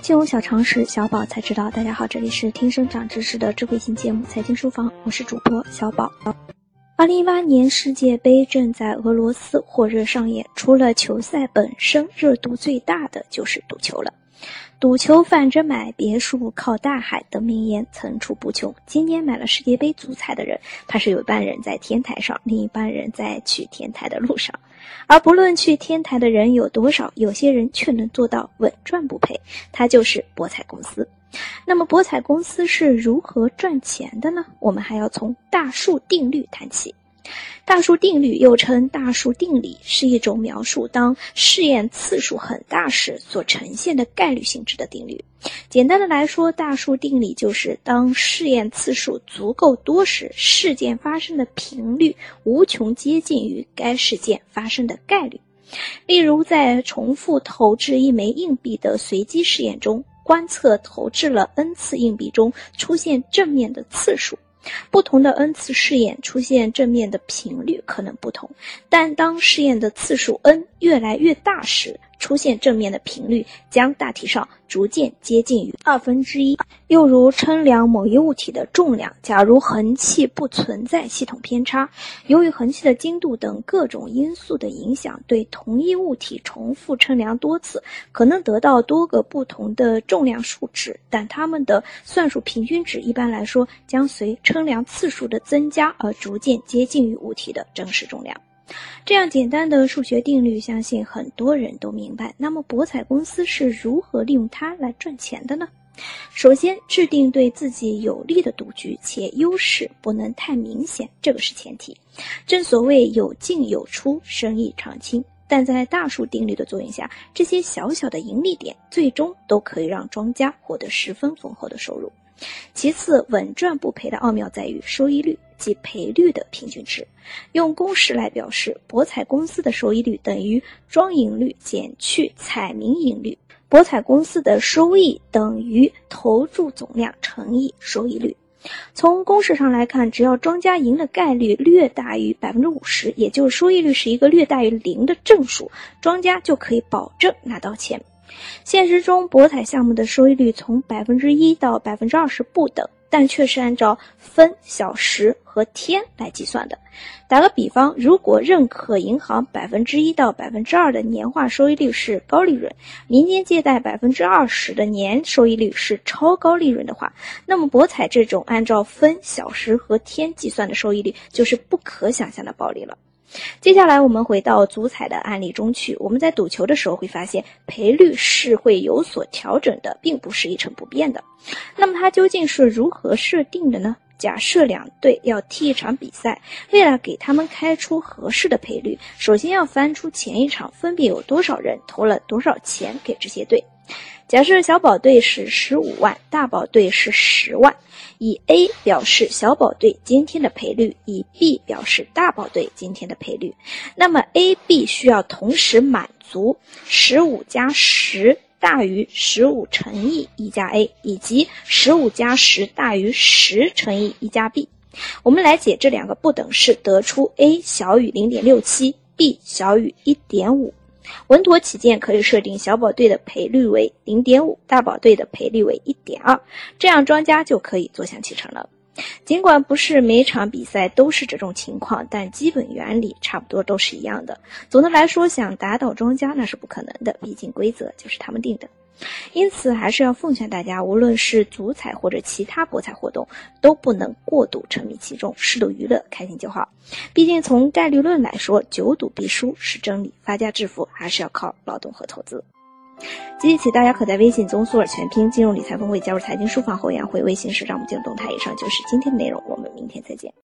金融小常识，小宝才知道。大家好，这里是听声长知识的智慧型节目《财经书房》，我是主播小宝。2018年世界杯正在俄罗斯火热上演，除了球赛本身，热度最大的就是赌球了。赌球反着买，别墅靠大海的名言层出不穷。今年买了世界杯足彩的人，怕是有一半人在天台上，另一半人在去天台的路上。而不论去天台的人有多少，有些人却能做到稳赚不赔，他就是博彩公司。那么博彩公司是如何赚钱的呢？我们还要从大数定律谈起。大数定律又称大数定理，是一种描述当试验次数很大时所呈现的概率性质的定律。简单的来说，大数定理就是当试验次数足够多时，事件发生的频率无穷接近于该事件发生的概率。例如，在重复投掷一枚硬币的随机试验中，观测投掷了 n 次硬币中出现正面的次数。不同的 n 次试验出现正面的频率可能不同，但当试验的次数 n 越来越大时，出现正面的频率将大体上逐渐接近于1/2。又如称量某一物体的重量，假如衡器不存在系统偏差，由于衡器的精度等各种因素的影响，对同一物体重复称量多次，可能得到多个不同的重量数值，但它们的算术平均值一般来说将随称量次数的增加而逐渐接近于物体的真实重量。这样简单的数学定律，相信很多人都明白。那么博彩公司是如何利用它来赚钱的呢？首先，制定对自己有利的赌局，且优势不能太明显，这个是前提。正所谓有进有出，生意常青。但在大数定律的作用下，这些小小的盈利点最终都可以让庄家获得十分丰厚的收入。其次，稳赚不赔的奥妙在于收益率，即赔率的平均值。用公式来表示，博彩公司的收益率等于庄赢率减去彩民赢率，博彩公司的收益等于投注总量乘以收益率。从公式上来看，只要庄家赢的概率略大于 50%， 也就是收益率是一个略大于0的正数，庄家就可以保证拿到钱。现实中，博彩项目的收益率从 1% 到 20% 不等，但却是按照分、小时和天来计算的。打个比方，如果认可银行 1% 到 2% 的年化收益率是高利润，民间借贷 20% 的年收益率是超高利润的话，那么博彩这种按照分、小时和天计算的收益率就是不可想象的暴利了。接下来我们回到足彩的案例中去，我们在赌球的时候会发现赔率是会有所调整的，并不是一成不变的。那么它究竟是如何设定的呢？假设两队要踢一场比赛，为了给他们开出合适的赔率，首先要翻出前一场分别有多少人投了多少钱给这些队。假设小宝队是15万，大宝队是10万，以 A 表示小宝队今天的赔率，以 B 表示大宝队今天的赔率。那么 A、B 需要同时满足15加10大于15乘以1加 A， 以及15加10大于10乘以1加 B。我们来解这两个不等式，得出 A 小于 0.67， B 小于 1.5。稳妥起见，可以设定小宝队的赔率为 0.5， 大宝队的赔率为 1.2， 这样庄家就可以坐享其成了。尽管不是每场比赛都是这种情况，但基本原理差不多都是一样的。总的来说，想打倒庄家那是不可能的，毕竟规则就是他们定的。因此还是要奉劝大家，无论是足彩或者其他博彩活动，都不能过度沉迷其中，适度娱乐，开心就好。毕竟从概率论来说，久赌必输是真理，发家致富还是要靠劳动和投资。即日起，大家可在微信中搜索全拼金融理财峰会，加入财经书房后，会微信时让我们进入动态。以上就是今天的内容，我们明天再见。